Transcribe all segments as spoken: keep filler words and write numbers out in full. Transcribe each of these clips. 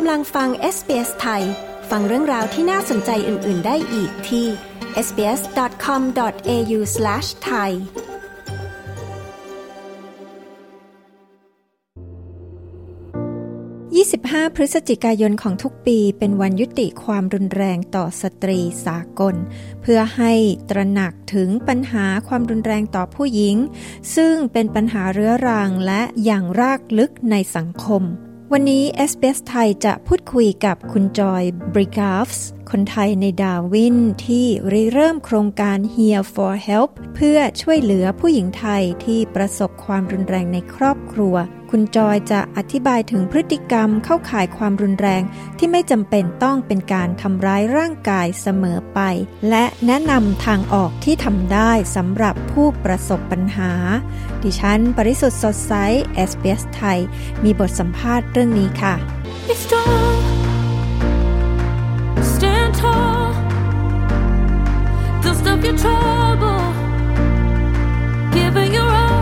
กำลังฟัง เอส บี เอส ไทยฟังเรื่องราวที่น่าสนใจอื่นๆได้อีกที่ เอส บี เอส ดอท คอม ดอท เอ ยู สแลช ไทยยี่สิบห้า พฤศจิกายนของทุกปีเป็นวันยุติความรุนแรงต่อสตรีสากลเพื่อให้ตระหนักถึงปัญหาความรุนแรงต่อผู้หญิงซึ่งเป็นปัญหาเรื้อรังและอย่างรากลึกในสังคมวันนี้ เอส บี เอส ไทยจะพูดคุยกับคุณจอยบริกาฟส์คนไทยในดาร์วินที่ริเริ่มโครงการ Here for Help เพื่อช่วยเหลือผู้หญิงไทยที่ประสบความรุนแรงในครอบครัวคุณจอยจะอธิบายถึงพฤติกรรมเข้าข่ายความรุนแรงที่ไม่จำเป็นต้องเป็นการทำร้ายร่างกายเสมอไปและแนะนำทางออกที่ทำได้สำหรับผู้ประสบปัญหาดิฉันปริสุทธิ์สดใส เอส บี เอส ไทยมีบทสัมภาษณ์เรื่องนี้ค่ะ Be strong, stand tall, dust off your trouble, give it your all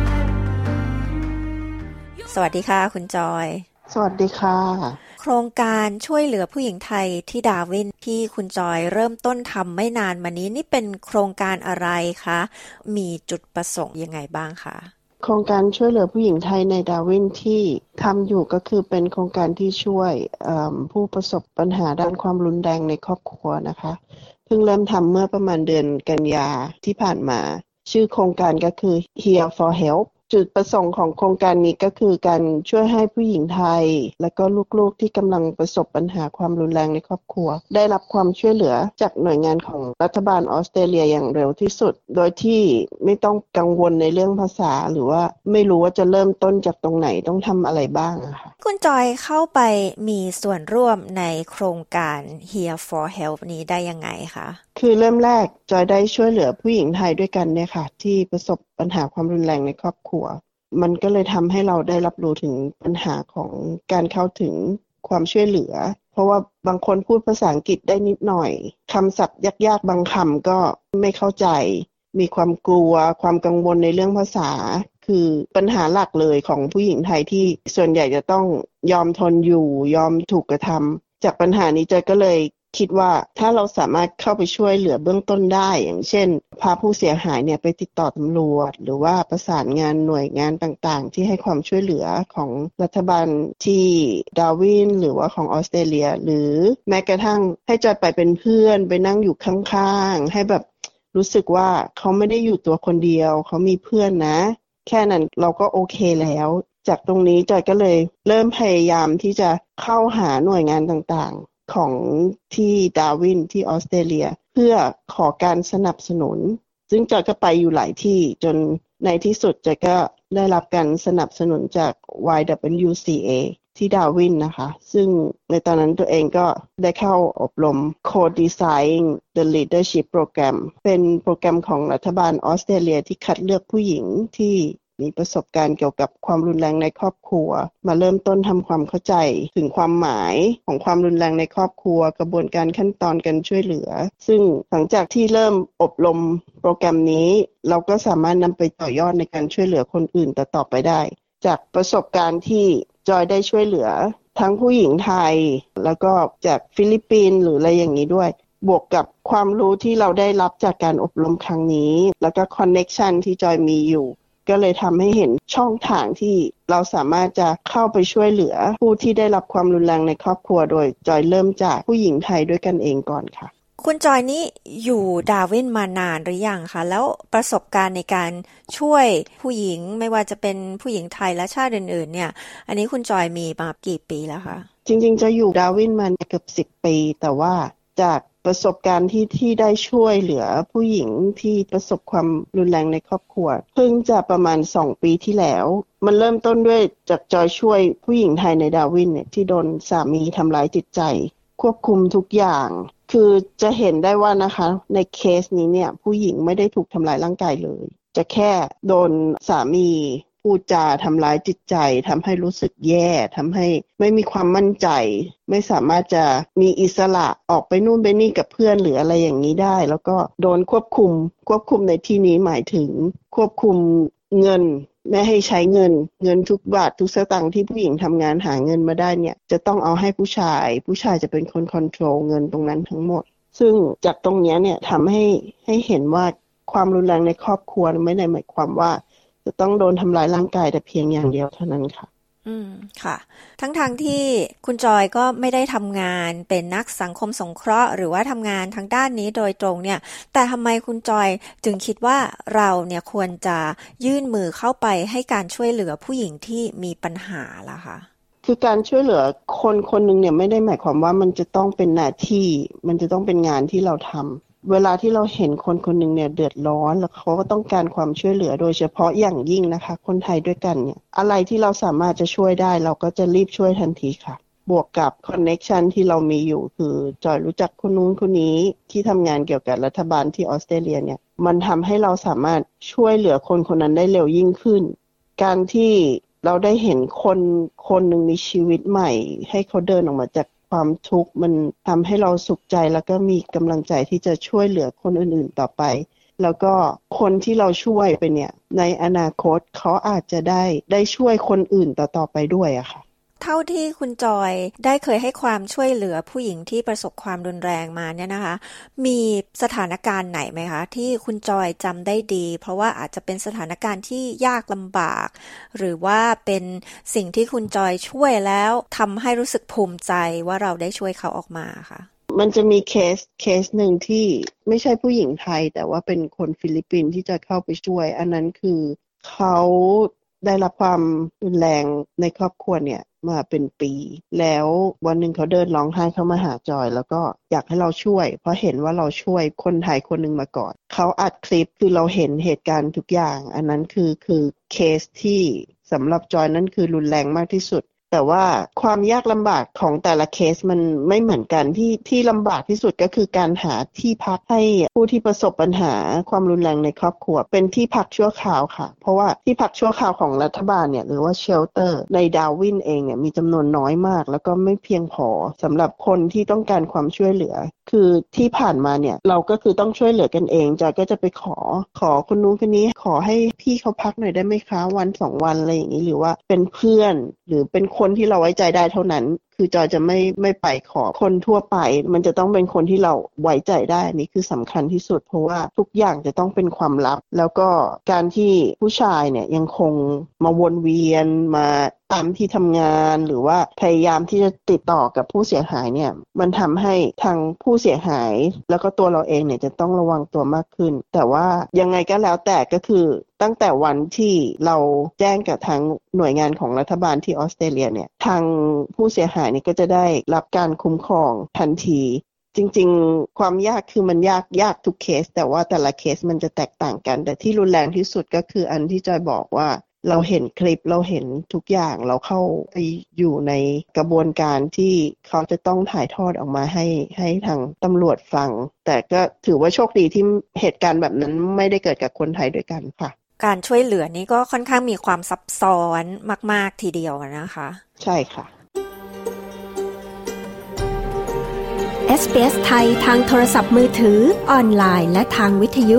สวัสดีค่ะคุณจอยสวัสดีค่ะโครงการช่วยเหลือผู้หญิงไทยที่ดาร์วินที่คุณจอยเริ่มต้นทำไม่นานมานี้นี่เป็นโครงการอะไรคะมีจุดประสงค์ยังไงบ้างคะโครงการช่วยเหลือผู้หญิงไทยในดาร์วินที่ทำอยู่ก็คือเป็นโครงการที่ช่วยผู้ประสบปัญหาด้านความรุนแรงในครอบครัวนะคะเพิ่งเริ่มทำเมื่อประมาณเดือนกันยาที่ผ่านมาชื่อโครงการก็คือ Here for Helpจุดประสงค์ของโครงการนี้ก็คือการช่วยให้ผู้หญิงไทยและก็ลูกๆที่กำลังประสบปัญหาความรุนแรงในครอบครัวได้รับความช่วยเหลือจากหน่วยงานของรัฐบาลออสเตรเลียอย่างเร็วที่สุดโดยที่ไม่ต้องกังวลในเรื่องภาษาหรือว่าไม่รู้ว่าจะเริ่มต้นจากตรงไหนต้องทำอะไรบ้างอะค่ะคุณจอยเข้าไปมีส่วนร่วมในโครงการ Here for Help นี้ได้ยังไงคะคือเริ่มแรกจอยได้ช่วยเหลือผู้หญิงไทยด้วยกันเนี่ยค่ะที่ประสบปัญหาความรุนแรงในครอบครัวมันก็เลยทำให้เราได้รับรู้ถึงปัญหาของการเข้าถึงความช่วยเหลือเพราะว่าบางคนพูดภาษาอังกฤษได้นิดหน่อยคำศัพท์ยากๆบางคำก็ไม่เข้าใจมีความกลัวความกังวลในเรื่องภาษาคือปัญหาหลักเลยของผู้หญิงไทยที่ส่วนใหญ่จะต้องยอมทนอยู่ยอมถูกกระทำจากปัญหานี้จอยก็เลยคิดว่าถ้าเราสามารถเข้าไปช่วยเหลือเบื้องต้นได้อย่างเช่นพาผู้เสียหายเนี่ยไปติดต่อตำรวจหรือว่าประสานงานหน่วยงานต่างๆที่ให้ความช่วยเหลือของรัฐบาลที่ดาร์วินหรือว่าของออสเตรเลียหรือแม้กระทั่งให้จอยไปเป็นเพื่อนไปนั่งอยู่ข้างๆให้แบบรู้สึกว่าเขาไม่ได้อยู่ตัวคนเดียวเขามีเพื่อนนะแค่นั้นเราก็โอเคแล้วจากตรงนี้จอยก็เลยเริ่มพยายามที่จะเข้าหาหน่วยงานต่างๆของที่ดาร์วินที่ออสเตรเลียเพื่อขอการสนับสนุนซึ่งจอยก็ไปอยู่หลายที่จนในที่สุดจอยก็ได้รับการสนับสนุนจาก วาย ดับเบิลยู ซี เอ ที่ดาร์วินนะคะซึ่งในตอนนั้นตัวเองก็ได้เข้าอบรม Co-Design the Leadership Program เป็นโปรแกรมของรัฐบาลออสเตรเลียที่คัดเลือกผู้หญิงที่มีประสบการณ์เกี่ยวกับความรุนแรงในครอบครัวมาเริ่มต้นทำความเข้าใจถึงความหมายของความรุนแรงในครอบครัวกระบวนการขั้นตอนการช่วยเหลือซึ่งหลังจากที่เริ่มอบรมโปรแกรมนี้เราก็สามารถนำไปต่อยอดในการช่วยเหลือคนอื่นต่อไปได้จากประสบการณ์ที่จอยได้ช่วยเหลือทั้งผู้หญิงไทยแล้วก็จากฟิลิปปินส์หรืออะไรอย่างนี้ด้วยบวกกับความรู้ที่เราได้รับจากการอบรมครั้งนี้แล้วก็คอนเนคชันที่จอยมีอยู่ก็เลยทำให้เห็นช่องทางที่เราสามารถจะเข้าไปช่วยเหลือผู้ที่ได้รับความรุนแรงในครอบครัวโดยจอยเริ่มจากผู้หญิงไทยด้วยกันเองก่อนค่ะคุณจอยนี่อยู่ดาร์วินมานานหรือยังคะแล้วประสบการณ์ในการช่วยผู้หญิงไม่ว่าจะเป็นผู้หญิงไทยและชาติอื่นๆเนี่ยอันนี้คุณจอยมีมากี่ปีแล้วคะจริงๆจะอยู่ดาร์วินมาเกือบสิบปีแต่ว่าจากประสบการณ์ที่ที่ได้ช่วยเหลือผู้หญิงที่ประสบความรุนแรงในครอบครัวเพิ่งจะประมาณสองปีที่แล้วมันเริ่มต้นด้วยจากจอยช่วยผู้หญิงไทยในดาร์วินเนี่ยที่โดนสามีทำร้ายจิตใจควบคุมทุกอย่างคือจะเห็นได้ว่านะคะในเคสนี้เนี่ยผู้หญิงไม่ได้ถูกทำร้ายร่างกายเลยจะแค่โดนสามีพูดจาทำร้ายจิตใจทำให้รู้สึกแย่ทำให้ไม่มีความมั่นใจไม่สามารถจะมีอิสระออกไปนู่นไปนี่กับเพื่อนหรืออะไรอย่างนี้ได้แล้วก็โดนควบคุมควบคุมในที่นี้หมายถึงควบคุมเงินไม่ให้ใช้เงินเงินทุกบาททุกสตางค์ที่ผู้หญิงทำงานหาเงินมาได้เนี่ยจะต้องเอาให้ผู้ชายผู้ชายจะเป็นคนคอนโทรลเงินตรงนั้นทั้งหมดซึ่งจากตรงนี้เนี่ยทำให้ให้เห็นว่าความรุนแรงในครอบครัวไม่ได้หมายความว่าจะต้องโดนทำร้ายร่างกายแต่เพียงอย่างเดียวเท่านั้นค่ะอืมค่ะทั้งๆ ท, ที่คุณจอยก็ไม่ได้ทำงานเป็นนักสังคมสงเคราะห์หรือว่าทำงานทางด้านนี้โดยตรงเนี่ยแต่ทำไมคุณจอยจึงคิดว่าเราเนี่ยควรจะยื่นมือเข้าไปให้การช่วยเหลือผู้หญิงที่มีปัญหาล่ะคะคือการช่วยเหลือคนคนหนึ่งเนี่ยไม่ได้หมายความว่ามันจะต้องเป็นหน้าที่มันจะต้องเป็นงานที่เราทำเวลาที่เราเห็นคนคนหนึ่งเนี่ยเดือดร้อนแล้วเขาก็ต้องการความช่วยเหลือโดยเฉพาะอย่างยิ่งนะคะคนไทยด้วยกันเนี่ยอะไรที่เราสามารถจะช่วยได้เราก็จะรีบช่วยทันทีค่ะบวกกับคอนเนคชันที่เรามีอยู่คือจอยรู้จักคนนู้นคนนี้ที่ทำงานเกี่ยวกับรัฐบาลที่ออสเตรเลียเนี่ยมันทำให้เราสามารถช่วยเหลือคนคนนั้นได้เร็วยิ่งขึ้นการที่เราได้เห็นคนคนหนึ่งมีชีวิตใหม่ให้เขาเดินออกมาจากความทุกข์มันทำให้เราสุขใจแล้วก็มีกำลังใจที่จะช่วยเหลือคนอื่นๆต่อไปแล้วก็คนที่เราช่วยไปเนี่ยในอนาคตเขาอาจจะได้ได้ช่วยคนอื่นต่อๆไปด้วยอะค่ะเท่าที่คุณจอยได้เคยให้ความช่วยเหลือผู้หญิงที่ประสบความรุนแรงมาเนี่ยนะคะมีสถานการณ์ไหนไหมคะที่คุณจอยจำได้ดีเพราะว่าอาจจะเป็นสถานการณ์ที่ยากลำบากหรือว่าเป็นสิ่งที่คุณจอยช่วยแล้วทำให้รู้สึกภูมิใจว่าเราได้ช่วยเขาออกมาค่ะมันจะมีเคสเคสหนึ่งที่ไม่ใช่ผู้หญิงไทยแต่ว่าเป็นคนฟิลิปปินส์ที่จะเข้าไปช่วยอันนั้นคือเขาได้รับความรุนแรงในครอบครัวเนี่ยมาเป็นปีแล้ววันหนึ่งเขาเดินร้องไห้เข้ามาหาจอยแล้วก็อยากให้เราช่วยเพราะเห็นว่าเราช่วยคนไทยคนหนึ่งมาก่อนเขาอัดคลิปคือเราเห็นเหตุการณ์ทุกอย่างอันนั้นคือคือเคสที่สำหรับจอยนั้นคือรุนแรงมากที่สุดแต่ว่าความยากลำบากของแต่ละเคสมันไม่เหมือนกันที่ที่ลำบากที่สุดก็คือการหาที่พักให้ผู้ที่ประสบปัญหาความรุนแรงในครอบครัวเป็นที่พักชั่วคราวค่ะเพราะว่าที่พักชั่วคราวของรัฐบาลเนี่ยหรือว่าเชลเตอร์ในดาร์วินเองเนี่ยมีจำนวนน้อยมากแล้วก็ไม่เพียงพอสำหรับคนที่ต้องการความช่วยเหลือคือที่ผ่านมาเนี่ยเราก็คือต้องช่วยเหลือกันเองจอยก็จะไปขอขอคนนู้นคนนี้ขอให้พี่เขาพักหน่อยได้ไหมคะวันสองวันอะไรอย่างนี้หรือว่าเป็นเพื่อนหรือเป็นคนที่เราไว้ใจได้เท่านั้นคือจอยจะไม่ไม่ไปขอคนทั่วไปมันจะต้องเป็นคนที่เราไว้ใจได้อันนี้คือสำคัญที่สุดเพราะว่าทุกอย่างจะต้องเป็นความลับแล้วก็การที่ผู้ชายเนี่ยยังคงมาวนเวียนมาตามที่ทำงานหรือว่าพยายามที่จะติดต่อกับผู้เสียหายเนี่ยมันทำให้ทางผู้เสียหายแล้วก็ตัวเราเองเนี่ยจะต้องระวังตัวมากขึ้นแต่ว่ายังไงก็แล้วแต่ก็คือตั้งแต่วันที่เราแจ้งกับทางหน่วยงานของรัฐบาลที่ออสเตรเลียเนี่ยทางผู้เสียหายนี่ก็จะได้รับการคุ้มครองทันทีจริงๆความยากคือมันยากยากทุกเคสแต่ว่าแต่ละเคสมันจะแตกต่างกันแต่ที่รุนแรงที่สุดก็คืออันที่จอยบอกว่าเราเห็นคลิปเราเห็นทุกอย่างเราเข้าไปอยู่ในกระบวนการที่เขาจะต้องถ่ายทอดออกมาให้ให้ทางตำรวจฟังแต่ก็ถือว่าโชคดีที่เหตุการณ์แบบนั้นไม่ได้เกิดกับคนไทยด้วยกันค่ะการช่วยเหลือนี้ก็ค่อนข้างมีความซับซ้อนมากๆทีเดียวนะคะใช่ค่ะเอส บี เอส ไทยทางโทรศัพท์มือถือออนไลน์และทางวิทยุ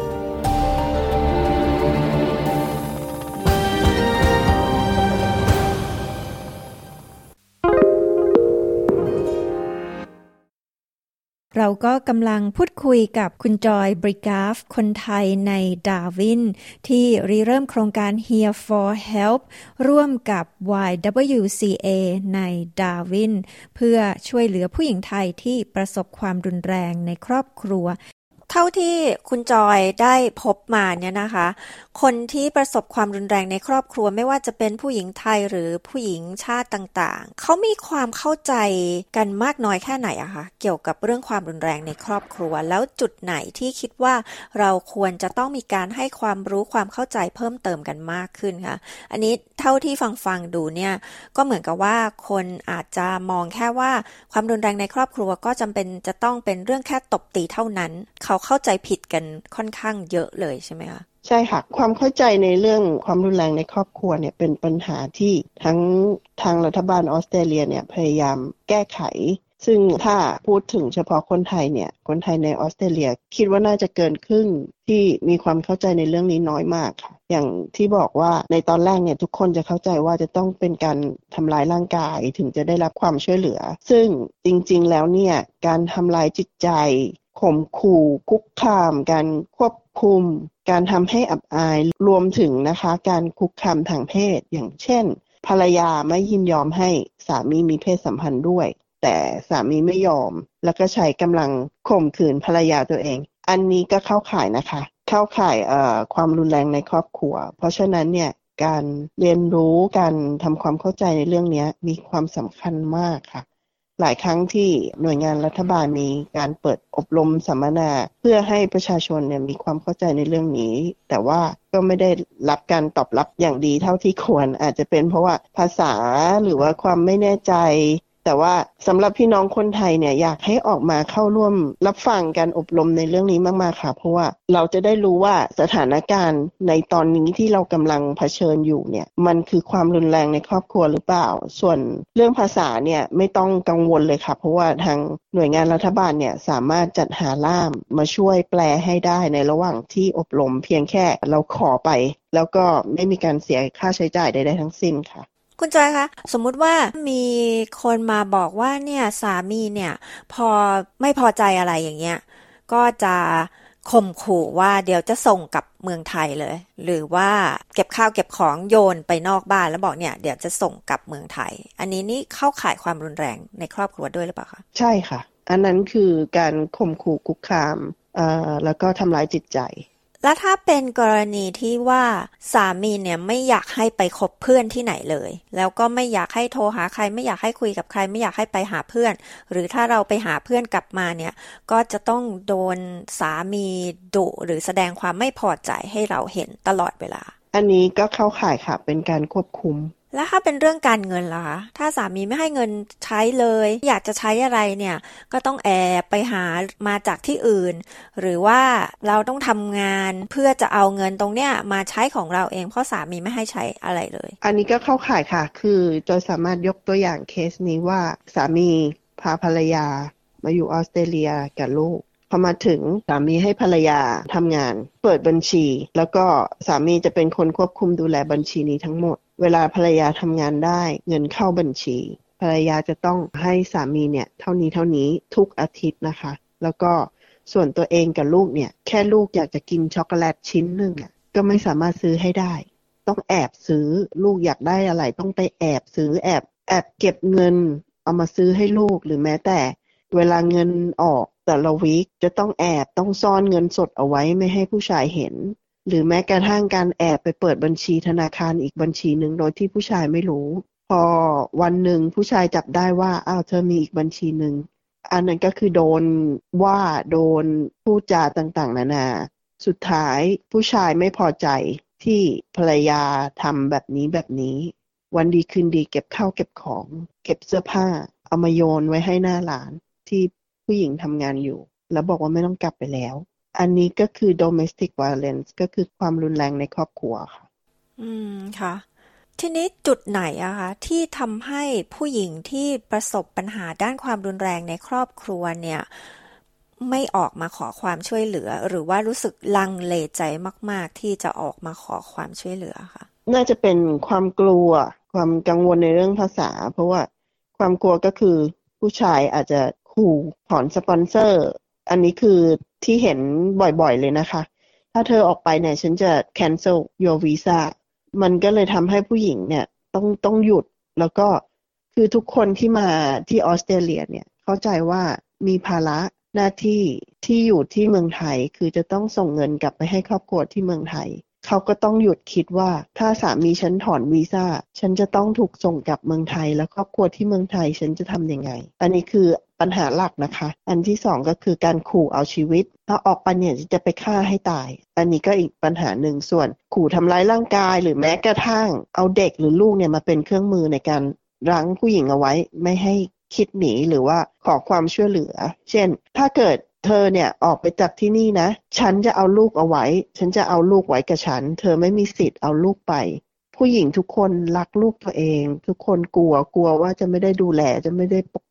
เราก็กำลังพูดคุยกับคุณจอยบริกาฟคนไทยในดาร์วินที่ริเริ่มโครงการ Here for Help ร่วมกับ วาย ดับเบิลยู ซี เอ ในดาร์วินเพื่อช่วยเหลือผู้หญิงไทยที่ประสบความรุนแรงในครอบครัวเท่าที่คุณจอยได้พบมาเนี่ยนะคะคนที่ประสบความรุนแรงในครอบครัวไม่ว่าจะเป็นผู้หญิงไทยหรือผู้หญิงชาติต่างๆเขามีความเข้าใจกันมากน้อยแค่ไหนอะคะเกี่ยวกับเรื่องความรุนแรงในครอบครัวแล้วจุดไหนที่คิดว่าเราควรจะต้องมีการให้ความรู้ความเข้าใจเพิ่มเติมกันมากขึ้นค่ะอันนี้เท่าที่ฟังๆดูเนี่ยก็เหมือนกับว่าคนอาจจะมองแค่ว่าความรุนแรงในครอบครัวก็จำเป็นจะต้องเป็นเรื่องแค่ตบตีเท่านั้นเขาเข้าใจผิดกันค่อนข้างเยอะเลยใช่ไหมคะใช่ค่ะความเข้าใจในเรื่องความรุนแรงในครอบครัวเนี่ยเป็นปัญหาที่ทั้งทางรัฐบาลออสเตรเลียเนี่ยพยายามแก้ไขซึ่งถ้าพูดถึงเฉพาะคนไทยเนี่ยคนไทยในออสเตรเลียคิดว่าน่าจะเกินครึ่งที่มีความเข้าใจในเรื่องนี้น้อยมากค่ะอย่างที่บอกว่าในตอนแรกเนี่ยทุกคนจะเข้าใจว่าจะต้องเป็นการทำร้ายร่างกายถึงจะได้รับความช่วยเหลือซึ่งจริงๆแล้วเนี่ยการทำลายจิตใจข่มขู่คุกคามการควบคุมการทำให้อับอายรวมถึงนะคะการคุกคามทางเพศอย่างเช่นภรรยาไม่ยินยอมให้สามีมีเพศสัมพันธ์ด้วยแต่สามีไม่ยอมแล้วก็ใช้กำลังข่มขืนภรรยาตัวเองอันนี้ก็เข้าข่ายนะคะเข้าข่ายเอ่อความรุนแรงในครอบครัวเพราะฉะนั้นเนี่ยการเรียนรู้การทำความเข้าใจในเรื่องนี้มีความสำคัญมากค่ะหลายครั้งที่หน่วยงานรัฐบาลมีการเปิดอบรมสัมมนาเพื่อให้ประชาชนเนี่ยมีความเข้าใจในเรื่องนี้แต่ว่าก็ไม่ได้รับการตอบรับอย่างดีเท่าที่ควรอาจจะเป็นเพราะว่าภาษาหรือว่าความไม่แน่ใจแต่ว่าสำหรับพี่น้องคนไทยเนี่ยอยากให้ออกมาเข้าร่วมรับฟังการอบรมในเรื่องนี้มากๆค่ะเพราะว่าเราจะได้รู้ว่าสถานการณ์ในตอนนี้ที่เรากำลังเผชิญอยู่เนี่ยมันคือความรุนแรงในครอบครัวหรือเปล่าส่วนเรื่องภาษาเนี่ยไม่ต้องกังวลเลยค่ะเพราะว่าทางหน่วยงานรัฐบาลเนี่ยสามารถจัดหาล่ามมาช่วยแปลให้ได้ในระหว่างที่อบรมเพียงแค่เราขอไปแล้วก็ไม่มีการเสียค่าใช้จ่ายใดๆทั้งสิ้นค่ะคุณจอยคะสมมุติว่ามีคนมาบอกว่าเนี่ยสามีเนี่ยพอไม่พอใจอะไรอย่างเงี้ยก็จะข่มขู่ว่าเดี๋ยวจะส่งกลับเมืองไทยเลยหรือว่าเก็บข้าวเก็บของโยนไปนอกบ้านแล้วบอกเนี่ยเดี๋ยวจะส่งกลับเมืองไทยอันนี้นี่เข้าข่ายความรุนแรงในครอบครัวด้วยหรือเปล่าคะใช่ค่ะอันนั้นคือการข่มขู่คุกคามเอ่อแล้วก็ทำร้ายจิตใจแล้วถ้าเป็นกรณีที่ว่าสามีเนี่ยไม่อยากให้ไปคบเพื่อนที่ไหนเลยแล้วก็ไม่อยากให้โทรหาใครไม่อยากให้คุยกับใครไม่อยากให้ไปหาเพื่อนหรือถ้าเราไปหาเพื่อนกลับมาเนี่ยก็จะต้องโดนสามีดุหรือแสดงความไม่พอใจให้เราเห็นตลอดเวลาอันนี้ก็เข้าข่ายค่ะเป็นการควบคุมแล้วถ้าเป็นเรื่องการเงินล่ะคะถ้าสามีไม่ให้เงินใช้เลยอยากจะใช้อะไรเนี่ยก็ต้องแอบไปหามาจากที่อื่นหรือว่าเราต้องทำงานเพื่อจะเอาเงินตรงเนี้ยมาใช้ของเราเองเพราะสามีไม่ให้ใช้อะไรเลยอันนี้ก็เข้าข่ายค่ะคือจอยสามารถยกตัวอย่างเคสนี้ว่าสามีพาภรรยามาอยู่ออสเตรเลียกับลูกพอมาถึงสามีให้ภรรยาทำงานเปิดบัญชีแล้วก็สามีจะเป็นคนควบคุมดูแลบัญชีนี้ทั้งหมดเวลาภรรยาทำงานได้เงินเข้าบัญชีภรรยาจะต้องให้สามีเนี่ยเท่านี้เท่านี้ทุกอาทิตย์นะคะแล้วก็ส่วนตัวเองกับลูกเนี่ยแค่ลูกอยากจะกินช็อกโกแลตชิ้นหนึ่งอ่ะก็ไม่สามารถซื้อให้ได้ต้องแอบซื้อลูกอยากได้อะไรต้องไปแอบซื้อแอบแอบเก็บเงินเอามาซื้อให้ลูกหรือแม้แต่เวลาเงินออกแต่ละวีคจะต้องแอบต้องซ่อนเงินสดเอาไว้ไม่ให้ผู้ชายเห็นหรือแม้กระทั่งการแอบไปเปิดบัญชีธนาคารอีกบัญชีหนึ่งโดยที่ผู้ชายไม่รู้พอวันหนึ่งผู้ชายจับได้ว่าอ้าวเธอมีอีกบัญชีหนึ่งอันนั้นก็คือโดนว่าโดนพูดจาต่างๆนานาสุดท้ายผู้ชายไม่พอใจที่ภรรยาทำแบบนี้แบบนี้วันดีคืนดีเก็บข้าวเก็บของเก็บเสื้อผ้าเอามาโยนไว้ให้หน้าร้านที่ผู้หญิงทำงานอยู่แล้วบอกว่าไม่ต้องกลับไปแล้วอันนี้ก็คือ domestic violence ก็คือความรุนแรงในครอบครัวค่ะอืมค่ะทีนี้จุดไหนอะคะที่ทำให้ผู้หญิงที่ประสบปัญหาด้านความรุนแรงในครอบครัวเนี่ยไม่ออกมาขอความช่วยเหลือหรือว่ารู้สึกลังเลใจมากๆที่จะออกมาขอความช่วยเหลือค่ะน่าจะเป็นความกลัวความกังวลในเรื่องภาษาเพราะว่าความกลัวก็คือผู้ชายอาจจะขู่ถอนสปอนเซอร์อันนี้คือที่เห็นบ่อยๆเลยนะคะถ้าเธอออกไปเนี่ยฉันจะ cancel your visa มันก็เลยทำให้ผู้หญิงเนี่ยต้องต้องหยุดแล้วก็คือทุกคนที่มาที่ออสเตรเลียเนี่ยเข้าใจว่ามีภาระหน้าที่ที่อยู่ที่เมืองไทยคือจะต้องส่งเงินกลับไปให้ครอบครัวที่เมืองไทยเขาก็ต้องหยุดคิดว่าถ้าสามีฉันถอนวีซ่าฉันจะต้องถูกส่งกลับเมืองไทยแล้วครอบครัวที่เมืองไทยฉันจะทำยังไงอันนี้คือปัญหาหลักนะคะอันที่สองก็คือการขู่เอาชีวิตถ้าออกไปเนี่ยจะไปฆ่าให้ตายอันนี้ก็อีกปัญหาหนึ่งส่วนขู่ทำร้ายร่างกายหรือแม้กระทั่งเอาเด็กหรือลูกเนี่ยมาเป็นเครื่องมือในการรั้งผู้หญิงเอาไว้ไม่ให้คิดหนีหรือว่าขอความช่วยเหลือเช่นถ้าเกิดเธอเนี่ยออกไปจากที่นี่นะฉันจะเอาลูกเอาไว้ฉันจะเอาลูกไว้กับฉันเธอไม่มีสิทธิ์เอาลูกไปผู้หญิงทุกคนรักลูกตัวเองทุกคนกลัวกลัวว่าจะไม่ได้ดูแลจะไม่ได้ปก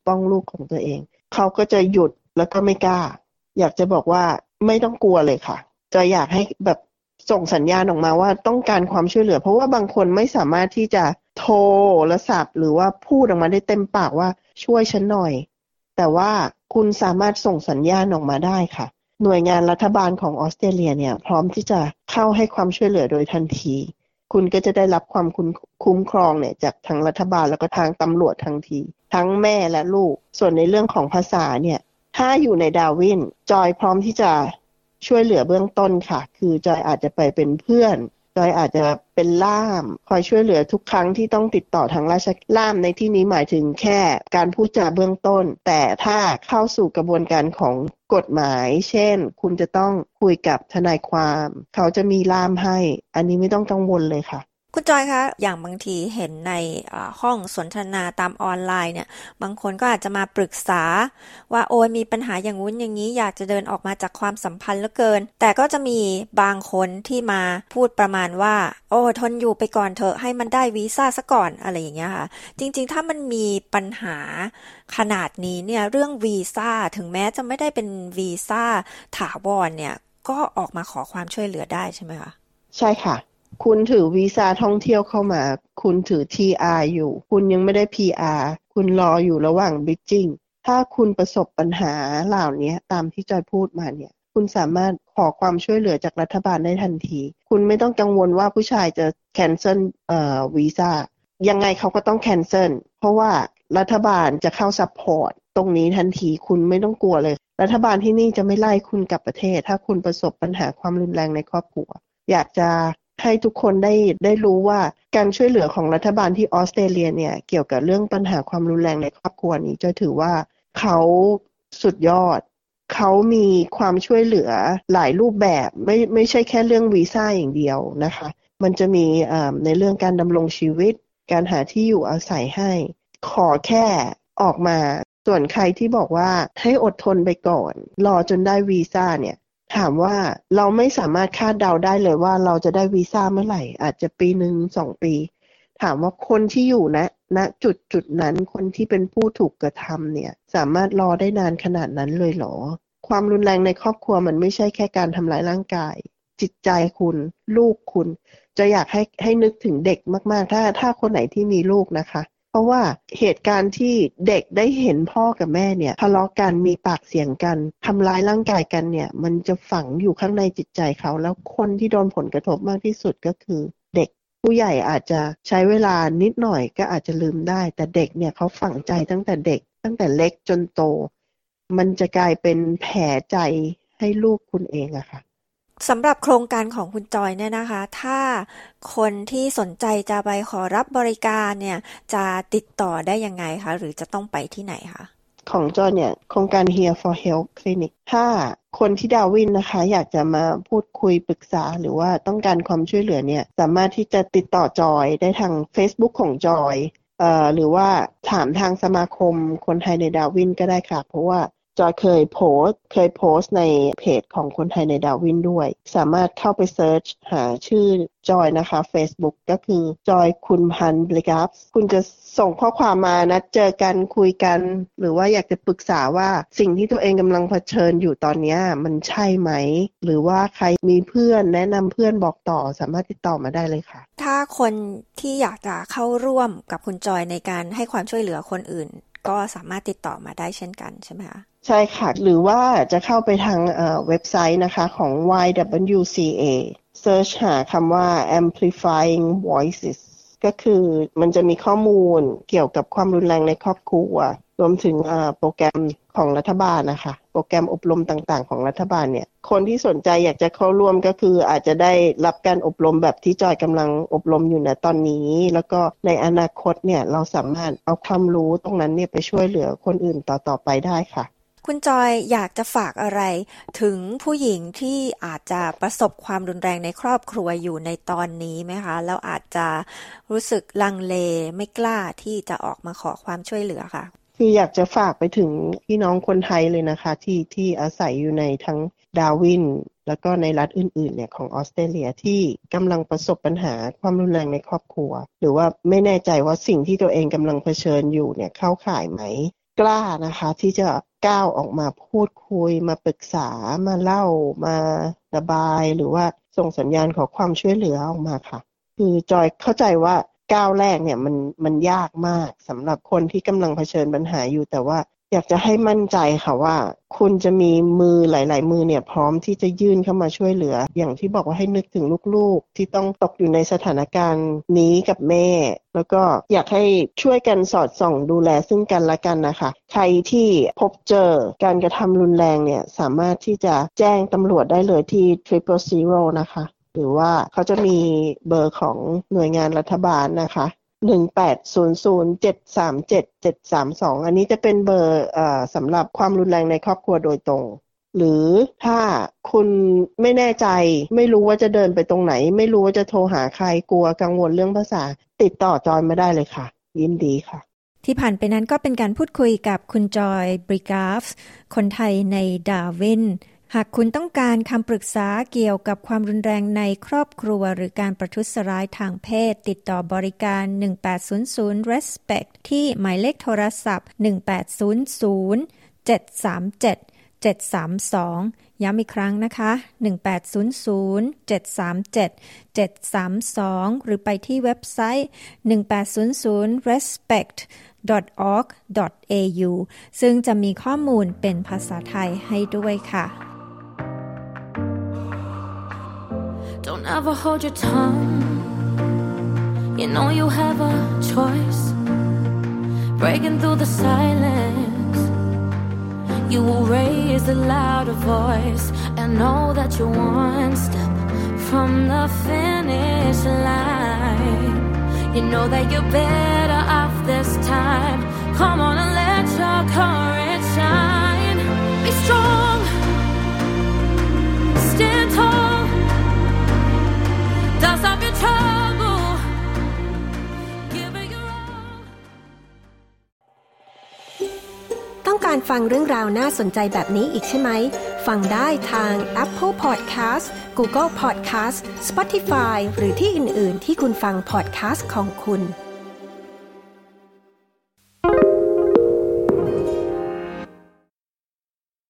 ป้องลูกของตัวเองเขาก็จะหยุดแล้วก็ไม่กล้าอยากจะบอกว่าไม่ต้องกลัวเลยค่ะจะอยากให้แบบส่งสัญญาณออกมาว่าต้องการความช่วยเหลือเพราะว่าบางคนไม่สามารถที่จะโทรโทรศัพท์หรือว่าพูดออกมาได้เต็มปากว่าช่วยฉันหน่อยแต่ว่าคุณสามารถส่งสัญญาณออกมาได้ค่ะหน่วยงานรัฐบาลของออสเตรเลียเนี่ยพร้อมที่จะเข้าให้ความช่วยเหลือโดยทันทีคุณก็จะได้รับความคุ้มครองเนี่ยจากทางรัฐบาลแล้วก็ทางตำรวจทันทีทั้งแม่และลูกส่วนในเรื่องของภาษาเนี่ยถ้าอยู่ในดาร์วินจอยพร้อมที่จะช่วยเหลือเบื้องต้นค่ะคือจอยอาจจะไปเป็นเพื่อนจอยอาจจะเป็นล่ามคอยช่วยเหลือทุกครั้งที่ต้องติดต่อทางราชล่ามในที่นี้หมายถึงแค่การพูดจาเบื้องต้นแต่ถ้าเข้าสู่กระบวนการของกฎหมายเช่นคุณจะต้องคุยกับทนายความเขาจะมีล่ามให้อันนี้ไม่ต้องกังวลเลยค่ะคุณจอยคะอย่างบางทีเห็นในห้องสนทนาตามออนไลน์เนี่ยบางคนก็อาจจะมาปรึกษาว่าโอ้ยมีปัญหาอย่างงู้นอย่างนี้อยากจะเดินออกมาจากความสัมพันธ์เหลือเกินแต่ก็จะมีบางคนที่มาพูดประมาณว่าโอ้ทนอยู่ไปก่อนเถอะให้มันได้วีซ่าซะก่อนอะไรอย่างเงี้ยค่ะจริงๆถ้ามันมีปัญหาขนาดนี้เนี่ยเรื่องวีซ่าถึงแม้จะไม่ได้เป็นวีซ่าถาวรเนี่ยก็ออกมาขอความช่วยเหลือได้ใช่ไหมคะใช่ค่ะคุณถือวีซ่าท่องเที่ยวเข้ามาคุณถือ ที อาร์ อยู่คุณยังไม่ได้ พี อาร์ คุณรออยู่ระหว่าง bridging ถ้าคุณประสบปัญหาเหล่านี้ตามที่จอยพูดมาเนี่ยคุณสามารถขอความช่วยเหลือจากรัฐบาลได้ทันทีคุณไม่ต้องกังวลว่าผู้ชายจะ cancel เอ่อวีซ่ายังไงเขาก็ต้อง cancel เพราะว่ารัฐบาลจะเข้า support ตรงนี้ทันทีคุณไม่ต้องกลัวเลยรัฐบาลที่นี่จะไม่ไล่คุณกลับประเทศถ้าคุณประสบปัญหาความรุนแรงในครอบครัวอยากจะให้ทุกคนได้ได้รู้ว่าการช่วยเหลือของรัฐบาลที่ออสเตรเลียเนี่ยเกี่ยวกับเรื่องปัญหาความรุนแรงในครอบครัวนี้จะถือว่าเขาสุดยอดเขามีความช่วยเหลือหลายรูปแบบไม่ไม่ใช่แค่เรื่องวีซ่าอย่างเดียวนะคะมันจะมีในเรื่องการดำรงชีวิตการหาที่อยู่อาศัยให้ขอแค่ออกมาส่วนใครที่บอกว่าให้อดทนไปก่อนรอจนได้วีซ่าเนี่ยถามว่าเราไม่สามารถคาดเดาได้เลยว่าเราจะได้วีซ่าเมื่อไหร่อาจจะปีหนึ่งสองปีถามว่าคนที่อยู่ณณจุดจุดนั้นคนที่เป็นผู้ถูกกระทำเนี่ยสามารถรอได้นานขนาดนั้นเลยเหรอความรุนแรงในครอบครัวมันไม่ใช่แค่การทำร้ายร่างกายจิตใจคุณลูกคุณจะอยากให้ให้นึกถึงเด็กมากๆถ้าถ้าคนไหนที่มีลูกนะคะเพราะว่าเหตุการณ์ที่เด็กได้เห็นพ่อกับแม่เนี่ยทะเลาะกันมีปากเสียงกันทำร้ายร่างกายกันเนี่ยมันจะฝังอยู่ข้างในจิตใจเขาแล้วคนที่โดนผลกระทบมากที่สุดก็คือเด็กผู้ใหญ่อาจจะใช้เวลานิดหน่อยก็อาจจะลืมได้แต่เด็กเนี่ยเขาฝังใจตั้งแต่เด็กตั้งแต่เล็กจนโตมันจะกลายเป็นแผลใจให้ลูกคุณเองอะค่ะสำหรับโครงการของคุณจอยเนี่ยนะคะถ้าคนที่สนใจจะไปขอรับบริการเนี่ยจะติดต่อได้ยังไงคะหรือจะต้องไปที่ไหนคะของจอยเนี่ยโครงการ Here for Health Clinic ถ้าคนที่ดาวินนะคะอยากจะมาพูดคุยปรึกษาหรือว่าต้องการความช่วยเหลือเนี่ยสามารถที่จะติดต่อจอยได้ทาง Facebook ของจอยเอ่อหรือว่าถามทางสมาคมคนไทยในดาวินก็ได้ค่ะเพราะว่าจอยเคยโพสต์เคยโพสต์ในเพจของคนไทยในดาวินด้วยสามารถเข้าไปเซิร์ชหาชื่อจอยนะคะ Facebook ก็คือจอยคุณพันธ์บลิกัฟคุณจะส่งข้อความมานะเจอกันคุยกันหรือว่าอยากจะปรึกษาว่าสิ่งที่ตัวเองกำลังเผชิญอยู่ตอนนี้มันใช่ไหมหรือว่าใครมีเพื่อนแนะนำเพื่อนบอกต่อสามารถติดต่อมาได้เลยค่ะถ้าคนที่อยากจะเข้าร่วมกับคุณจอยในการให้ความช่วยเหลือคนอื่นก็สามารถติดต่อมาได้เช่นกันใช่ไหมคะใช่ค่ะหรือว่าจะเข้าไปทางเอ่อเว็บไซต์นะคะของ วาย ดับเบิลยู ซี เอ search หาคำว่า amplifying voices ก็คือมันจะมีข้อมูลเกี่ยวกับความรุนแรงในครอบครัวรวมถึงเอ่อโปรแกรมของรัฐบาลนะคะโปรแกรมอบรมต่างๆของรัฐบาลเนี่ยคนที่สนใจอยากจะเข้าร่วมก็คืออาจจะได้รับการอบรมแบบที่จอยกำลังอบรมอยู่ณตอนนี้แล้วก็ในอนาคตเนี่ยเราสามารถเอาความรู้ตรงนั้นเนี่ยไปช่วยเหลือคนอื่นต่อๆไปได้ค่ะคุณจอยอยากจะฝากอะไรถึงผู้หญิงที่อาจจะประสบความรุนแรงในครอบครัวอยู่ในตอนนี้ไหมคะแล้วอาจจะรู้สึกลังเลไม่กล้าที่จะออกมาขอความช่วยเหลือค่ะคืออยากจะฝากไปถึงพี่น้องคนไทยเลยนะคะที่ที่อาศัยอยู่ในทั้งดาร์วินแล้วก็ในรัฐอื่นๆเนี่ยของออสเตรเลียที่กำลังประสบปัญหาความรุนแรงในครอบครัวหรือว่าไม่แน่ใจว่าสิ่งที่ตัวเองกำลังเผชิญอยู่เนี่ยเข้าข่ายไหมกล้านะคะที่จะก้าวออกมาพูดคุยมาปรึกษามาเล่ามาระบายหรือว่าส่งสัญญาณขอความช่วยเหลือออกมาค่ะคือจอยเข้าใจว่าก้าวแรกเนี่ยมันมันยากมากสำหรับคนที่กำลังเผชิญปัญหาอยู่แต่ว่าอยากจะให้มั่นใจค่ะว่าคุณจะมีมือหลายๆมือเนี่ยพร้อมที่จะยื่นเข้ามาช่วยเหลืออย่างที่บอกว่าให้นึกถึงลูกๆที่ต้องตกอยู่ในสถานการณ์นี้กับแม่แล้วก็อยากให้ช่วยกันสอดส่องดูแลซึ่งกันและกันนะคะใครที่พบเจอการกระทำรุนแรงเนี่ยสามารถที่จะแจ้งตำรวจได้เลยที่ triple zero นะคะหรือว่าเขาจะมีเบอร์ของหน่วยงานรัฐบาลนะคะหนึ่ง แปด ศูนย์ ศูนย์ เจ็ด สาม เจ็ด เจ็ด สาม สองอันนี้จะเป็นเบอร์เอ่อสำหรับความรุนแรงในครอบครัวโดยตรงหรือถ้าคุณไม่แน่ใจไม่รู้ว่าจะเดินไปตรงไหนไม่รู้ว่าจะโทรหาใครกลัวกังวลเรื่องภาษาติดต่อจอยมาได้เลยค่ะยินดีค่ะที่ผ่านไปนั้นก็เป็นการพูดคุยกับคุณจอยบริกาฟส์คนไทยในดาร์วินหากคุณต้องการคำปรึกษาเกี่ยวกับความรุนแรงในครอบครัวหรือการประทุษร้ายทางเพศติดต่อบริการ หนึ่ง แปด ศูนย์ ศูนย์ เรสเพค ที่หมายเลขโทรศัพท์ หนึ่ง แปด ศูนย์ ศูนย์ เจ็ด สาม เจ็ด เจ็ด สาม สอง ย้ำอีกครั้งนะคะ หนึ่ง แปด ศูนย์ ศูนย์ เจ็ด สาม เจ็ด เจ็ด สาม สอง หรือไปที่เว็บไซต์ หนึ่ง แปด ศูนย์ ศูนย์ เรสเพค ดอท ออร์ก ดอท เอ ยู ซึ่งจะมีข้อมูลเป็นภาษาไทยให้ด้วยค่ะ Don't ever hold your tongue. You know you have a choice. Breaking through the silence, you will raise a louder voice and know that you're one step from the finish line. You know that you're better off this time. Come on and let your courage shine. Be strong. Stand tall.Don't stop your trouble. Give it your all. ต้องการฟังเรื่องราวน่าสนใจแบบนี้อีกใช่ไหม ฟังได้ทาง Apple Podcast, Google Podcast, Spotify หรือที่อื่น ๆ ที่คุณฟัง podcast ของคุณ